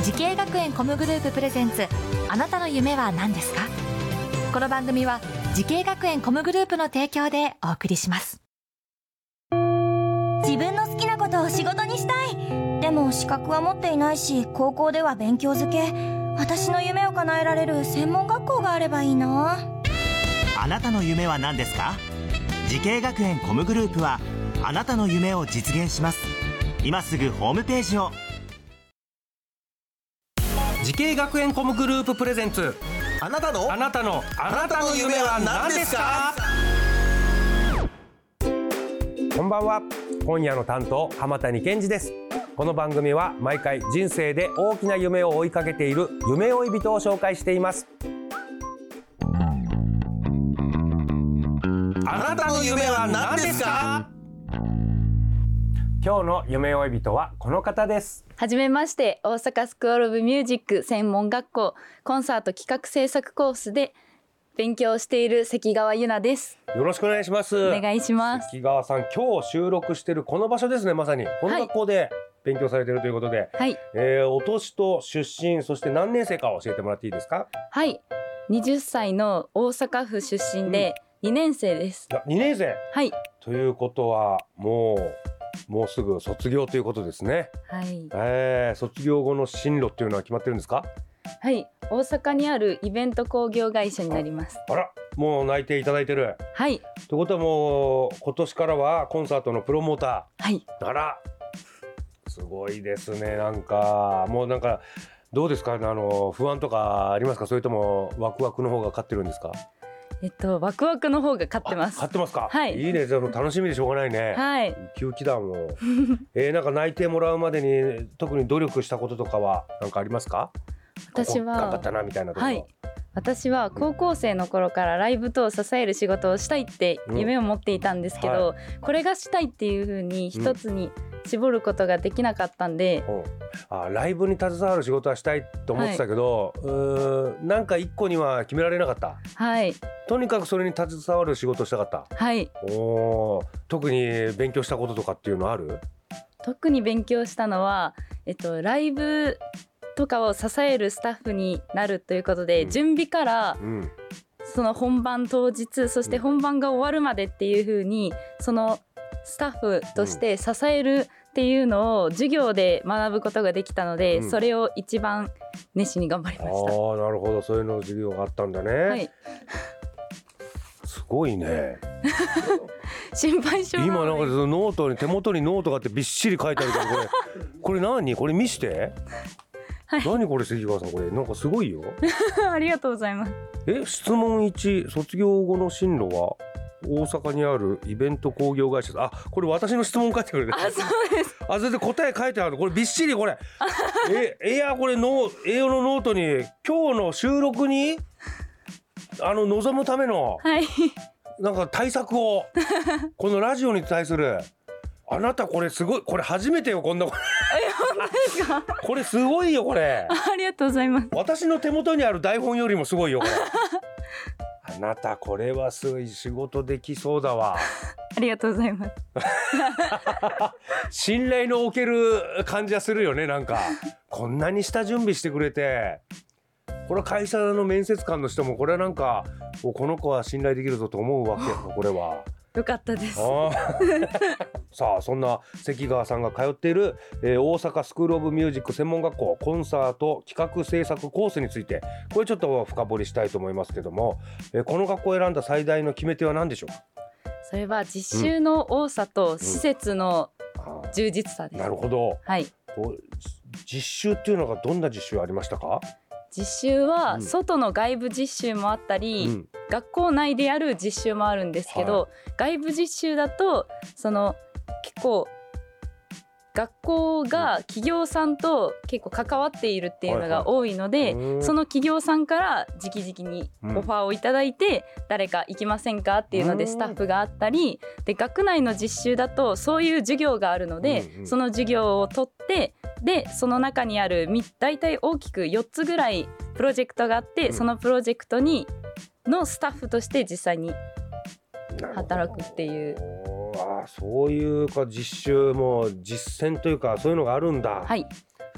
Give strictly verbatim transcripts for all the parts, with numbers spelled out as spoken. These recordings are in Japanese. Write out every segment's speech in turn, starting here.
時系学園コムグループプレゼンツ、あなたの夢は何ですか？この番組は時系学園コムグループの提供でお送りします。 自分の好きなことを仕事にしたい。でも資格は持っていないし、高校では勉強づけ。私の夢を叶えられる専門学校があればいいな。 あなたの夢は何ですか？時系学園コムグループはあなたの夢を実現します。今すぐホームページを。 時系学園コムグループプレゼンツ、 あなたのあなたのあなたの夢は何ですか？こんばんは。今夜の担当浜谷健二です。この番組は毎回人生で大きな夢を追いかけている夢追い人を紹介しています。 あなたの夢は何ですか？ 今日の夢追い人はこの方です。 はじめまして。大阪スクールオブミュージック専門学校コンサート企画制作コースで勉強している関川ゆなです。 よろしくお願いします。 お願いします。 関川さん、今日収録しているこの場所ですね。まさにこの学校で勉強されているということで、 はい、 えー、お年と出身、そして何年生か教えてもらっていいですか？ はい、はたちの大阪府出身でにねん生です。 うん、にねん生、 はい、 ということはもうもうすぐ卒業ということですね。 はい、 えー、卒業後の進路っていうのは決まってるんですか？ はい、大阪にあるイベント工業会社になります。 あら、もう内定いただいてる。 はい。 ということはもう今年からはコンサートのプロモーター。はい。 あら、すごいですね。なんかもうなんかどうですか？あの不安とかありますか？それともワクワクの方が勝ってるんですか？ えっとワクワクの方が勝ってます。 勝ってますか？ はい。 いいね。じゃあもう楽しみでしょうがないね。 はい。 ウキウキだもん。えー、なんか内定もらうまでに特に努力したこととかはなんかありますか？ 私はここ頑張ったなみたいなところ。 はい。私は高校生の頃からライブ等を支える仕事をしたいって夢を持っていたんですけど、うんはい、これがしたいっていう風に一つに絞ることができなかったんで、 うん、あ、ライブに携わる仕事はしたいと思ってたけど、はい、うーん、なんか一個には決められなかった。 はい。 とにかくそれに携わる仕事をしたかった。 はい。 おー、特に勉強したこととかっていうのある？ 特に勉強したのは、えっと、ライブとかを支えるスタッフになるということで、うん、準備から、うん、その本番当日、そして本番が終わるまでっていう風に、そのスタッフとして支えるっていうのを授業で学ぶことができたので、うん、それを一番熱心に頑張りました。 あー、なるほど。そういうの授業があったんだね。はい。すごいね。 心配性なのに。 今なんかそのノートに手元にノートがあってびっしり書いてあるから、これこれ何？これ見して。はい、何これ関川さん、これなんかすごいよ。 ありがとうございます。 え、質問いち、卒業後の進路は大阪にあるイベント工業会社。あ、これ私の質問書いてくれる。 あ、そうです。 あ、それで答え書いてある。これびっしりこれ。え、いや、これの栄養のノートに今日の収録にあの臨むための、 はい、 なんか対策をこのラジオに対する。あなたこれすごい、これ初めてよ、こんな。え、 本当ですか？ これすごいよ、これ。 あ、ありがとうございます。 私の手元にある台本よりもすごいよ、これ。あなたこれはすごい仕事できそうだわ。 ありがとうございます。 信頼のおける感じはするよね。なんかこんなに下準備してくれて、これは会社の面接官の人もこれはなんかこの子は信頼できるぞと思うわけよ、これは。 よかったです。 あさあ、そんな関川さんが通っている、えー、大阪スクールオブミュージック専門学校コンサート企画制作コースについて、これちょっと深掘りしたいと思いますけども、えー、この学校を選んだ最大の決め手は何でしょうか？ それは実習の多さと施設の充実さです。 うんうん、なるほど。 はい。 実習っていうのがどんな実習ありましたか？ 実習は外の外部実習もあったり、うん、学校内でやる実習もあるんですけど、はい、外部実習だとその結構学校が企業さんと結構関わっているっていうのが多いので、はいはい、その企業さんから直々にオファーをいただいて、うん、誰か行きませんかっていうのでスタッフがあったりで、学内の実習だとそういう授業があるので、うんうん、その授業を取ってでその中にあるだいたい大きくよっつぐらいプロジェクトがあって、うん、そのプロジェクトにのスタッフとして実際に働くっていう。 あ、そういうか実習も実践というかそういうのがあるんだ。 はい。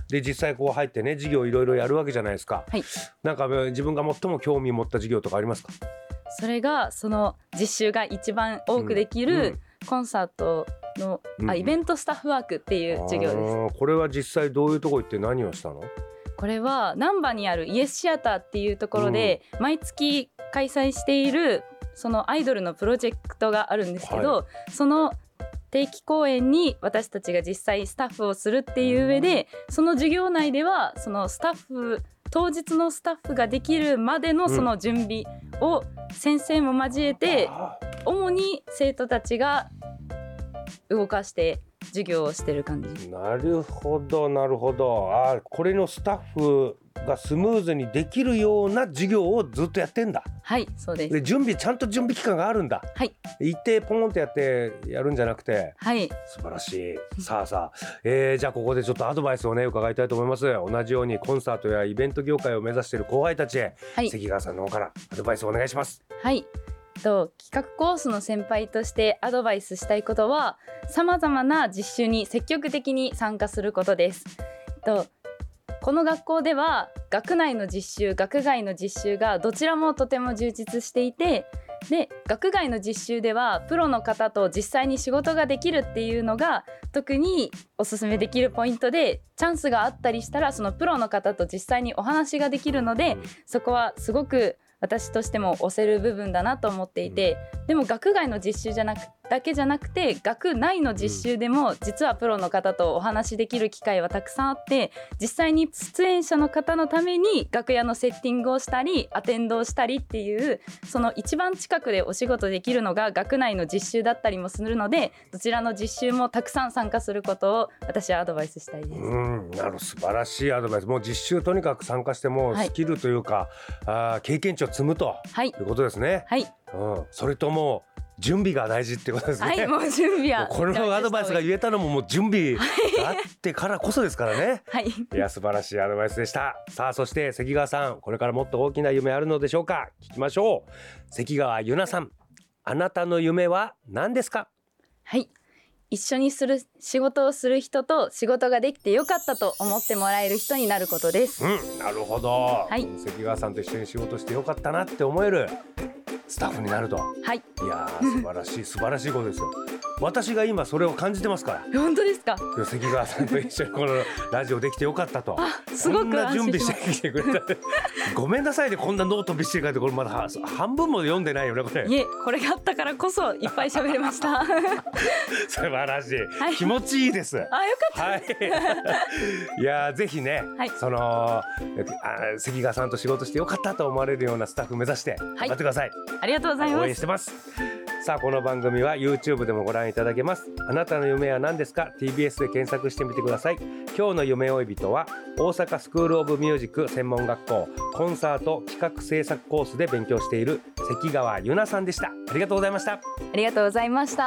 で実際こう入ってね授業いろいろやるわけじゃないですか、 はい、なんか自分が最も興味持った授業とかありますか？ それがその実習が一番多くできるコンサートの、うん、あイベントスタッフワークっていう授業です。 これは実際どういうとこ行って何をしたの？ これは難波にあるイエスシアターっていうところで、うん、毎月開催しているそのアイドルのプロジェクトがあるんですけど、はい、その定期公演に私たちが実際スタッフをするっていう上で、その授業内ではそのスタッフ当日のスタッフができるまでのその準備を先生も交えて、うん、主に生徒たちが動かして授業をしてる感じ。 なるほどなるほど。あ、これのスタッフがスムーズにできるような授業をずっとやってんだ。 はいそうです。 で準備ちゃんと準備期間があるんだ。 はい。 行ってポンってやってやるんじゃなくて、 はい素晴らしい。さあさあ、えー、じゃあここでちょっとアドバイスをね伺いたいと思います。同じようにコンサートやイベント業界を目指している後輩たちへ、はい、関川さんの方からアドバイスをお願いします。 はい。と企画コースの先輩としてアドバイスしたいことは、さまざまな実習に積極的に参加することです。とこの学校では学内の実習学外の実習がどちらもとても充実していて、で学外の実習ではプロの方と実際に仕事ができるっていうのが特におすすめできるポイントで、チャンスがあったりしたらそのプロの方と実際にお話ができるので、そこはすごく私としても推せる部分だなと思っていて、でも学外の実習じゃなくだけじゃなくて学内の実習でも実はプロの方とお話できる機会はたくさんあって、実際に出演者の方のために楽屋のセッティングをしたりアテンドをしたりっていう、その一番近くでお仕事できるのが学内の実習だったりもするので、どちらの実習もたくさん参加することを私はアドバイスしたいです。 うん、なる素晴らしいアドバイス。もう実習とにかく参加してもスキルというか、はい、あ経験値を積むと、はい、いうことですね。 はい、 うん、それとも準備が大事ってことですね。 はい、もう準備はこのアドバイスが言えたのももう準備があってからこそですからね。 はい、 いや素晴らしいアドバイスでした。さあそして関川さん、これからもっと大きな夢あるのでしょうか。聞きましょう。関川ゆなさん、あなたの夢は何ですか？ はい、一緒にする仕事をする人と仕事ができてよかったと思ってもらえる人になることです。 うん、なるほど、はい、関川さんと一緒に仕事してよかったなって思えるスタッフになると。 はい、 いや素晴らしい素晴らしいことですよ。私が今それを感じてますから。 本当ですか？ 関川さんと一緒にこのラジオできてよかったと。 あ、すごくこんな準備してきてくれたごめんなさいね、こんなノートびっしり書いて、これまだ半分も読んでないよねこれ。 いえ、これがあったからこそいっぱい喋れました素晴らしい、 はい、 気持ちいいです。 あ、よかった、 はい、いやぜひね、はい、そのあ関川さんと仕事してよかったと思われるようなスタッフ目指して頑張ってください。 はい、ありがとうございます。 応援してます。さあこの番組は YouTube でもご覧いただけます。あなたの夢は何ですか？ ティービーエス で検索してみてください。今日の夢追い人は大阪スクールオブミュージック専門学校コンサート企画制作コースで勉強している関川ゆなさんでした。ありがとうございました。 ありがとうございました。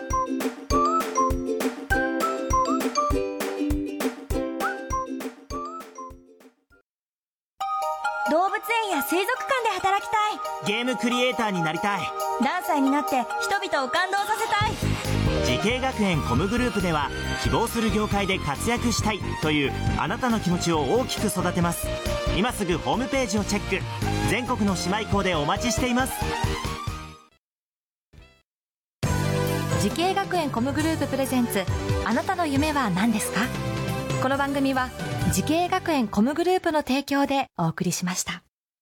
動物園や水族館で働きたい。 ゲームクリエイターになりたい。 何歳になって人々を感動させたい。 時系学園コムグループでは希望する業界で活躍したいというあなたの気持ちを大きく育てます。今すぐホームページをチェック。全国の姉妹校でお待ちしています。 時系学園コムグループプレゼンツ、あなたの夢は何ですか？この番組は時系学園コムグループの提供でお送りしました。